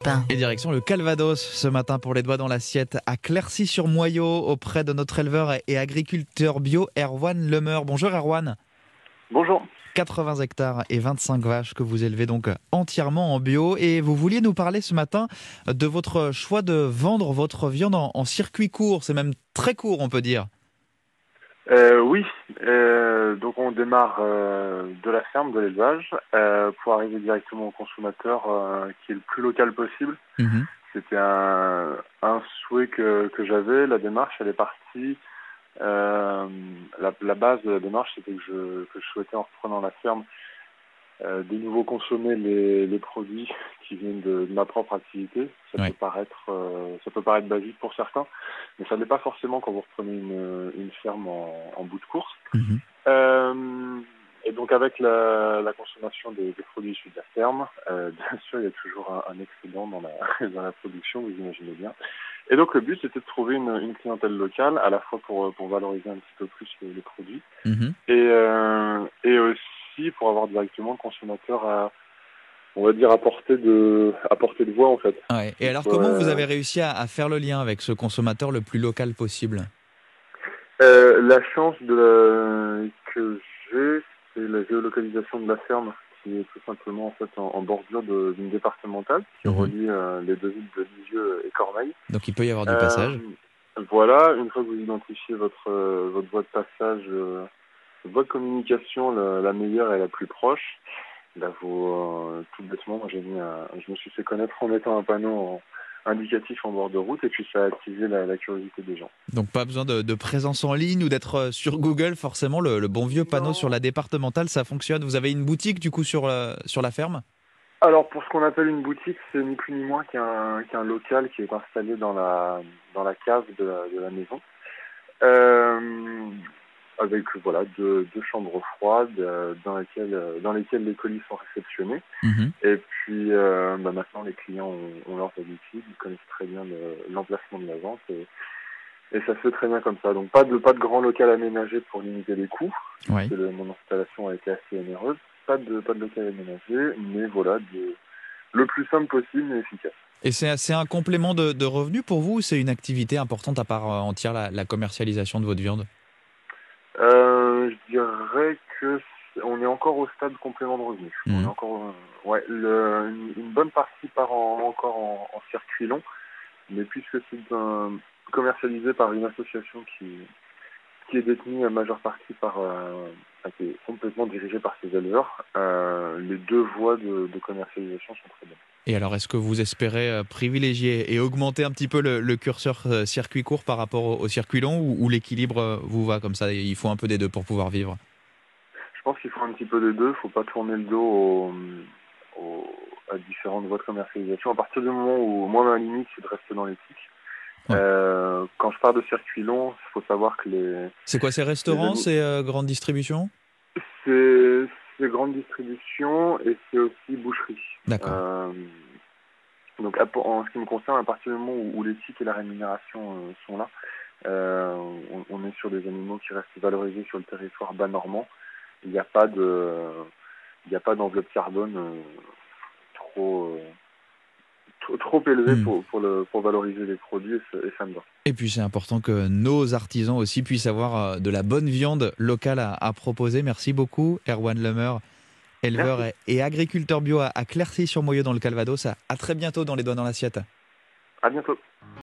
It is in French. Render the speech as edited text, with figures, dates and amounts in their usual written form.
Et direction le Calvados ce matin pour les doigts dans l'assiette à Claircy-sur-Moyau auprès de notre éleveur et agriculteur bio Erwan Lemeur. Bonjour Erwan. Bonjour. 80 hectares et 25 vaches que vous élevez donc entièrement en bio et vous vouliez nous parler ce matin de votre choix de vendre votre viande en circuit court, c'est même très court on peut dire. Oui, donc on démarre de la ferme, de l'élevage, pour arriver directement au consommateur qui est le plus local possible. Mhm. C'était un souhait que j'avais. La démarche, elle est partie. La base de la démarche, c'était que je souhaitais, en reprenant la ferme, de nouveau consommer les produits qui viennent de ma propre activité. Ça Ouais. peut paraître basique pour certains, mais ça ne l'est pas forcément quand vous reprenez une ferme en bout de course. Mhm. Et donc avec la consommation des produits issus de la ferme, bien sûr il y a toujours un excédent dans dans la production, vous imaginez bien. Et donc le but c'était de trouver une clientèle locale, à la fois pour valoriser un petit peu plus les produits, Mhm. et aussi pour avoir directement le consommateur on va dire à portée de voix en fait. Ouais. Et Donc, alors comment vous avez réussi à faire le lien avec ce consommateur le plus local possible? la chance que j'ai, c'est la géolocalisation de la ferme, qui est tout simplement en fait en bordure d'une départementale qui Mhm. relie les deux villes de Lisieux et Cormeilles. Donc il peut y avoir du Euh, passage. voilà, une fois que vous identifiez votre voie de passage, votre communication la meilleure et la plus proche, là tout bêtement, moi je me suis fait connaître en mettant un panneau indicatif en bord de route et puis ça a attisé la curiosité des gens. Donc pas besoin de présence en ligne ou d'être sur Google, forcément le bon vieux panneau sur Non. la départementale, ça fonctionne. Vous avez une boutique du coup sur la ferme? Alors pour ce qu'on appelle une boutique, c'est ni plus ni moins qu'un local qui est installé dans la cave de la maison, euh, avec voilà deux chambres froides dans lesquelles les colis sont réceptionnés. Mhm. Et puis maintenant les clients ont leurs habitudes, ils connaissent très bien l'emplacement de la vente et ça se fait très bien comme ça. Donc pas de grand local aménagé pour limiter les coûts, puisque Ouais. mon installation a été assez onéreuse. Pas de local aménagé, mais voilà, le plus simple possible mais efficace. Et c'est un complément de revenus pour vous ou c'est une activité importante à part entière la commercialisation de votre viande? Je dirais que on est encore au stade complément de revenus. On est Mhm. encore, ouais, une bonne partie part encore en circuit long, mais puisque c'est commercialisé par une association qui est détenue à majeure partie qui est complètement dirigée par ses éleveurs, les deux voies de commercialisation sont très bonnes. Et alors est-ce que vous espérez privilégier et augmenter un petit peu le curseur circuit court par rapport au circuit long ou l'équilibre vous va comme ça? Il faut un peu des deux pour pouvoir vivre. Je pense qu'il faut un petit peu des deux. Il ne faut pas tourner le dos à différentes voies de commercialisation. À partir du moment où, moi, ma limite, c'est de rester dans l'éthique. Ouais. Quand je pars de circuit long, il faut savoir que C'est quoi, ces les restaurants, animaux, ces grandes distributions? c'est grande distribution et c'est aussi boucherie. D'accord. Euh, donc, en ce qui me concerne, à partir du moment où l'éthique et la rémunération sont là, euh, on est sur des animaux qui restent valorisés sur le territoire bas normand. Il n'y a pas d'enveloppe carbone trop, trop élevée Hmm. pour valoriser les produits et ça me va. Et puis c'est important que nos artisans aussi puissent avoir de la bonne viande locale à proposer. Merci beaucoup, Erwan Lemeur, éleveur Merci. et agriculteur bio à Claircy-sur-Moyau dans le Calvados. À très bientôt dans les doigts dans l'assiette. À bientôt.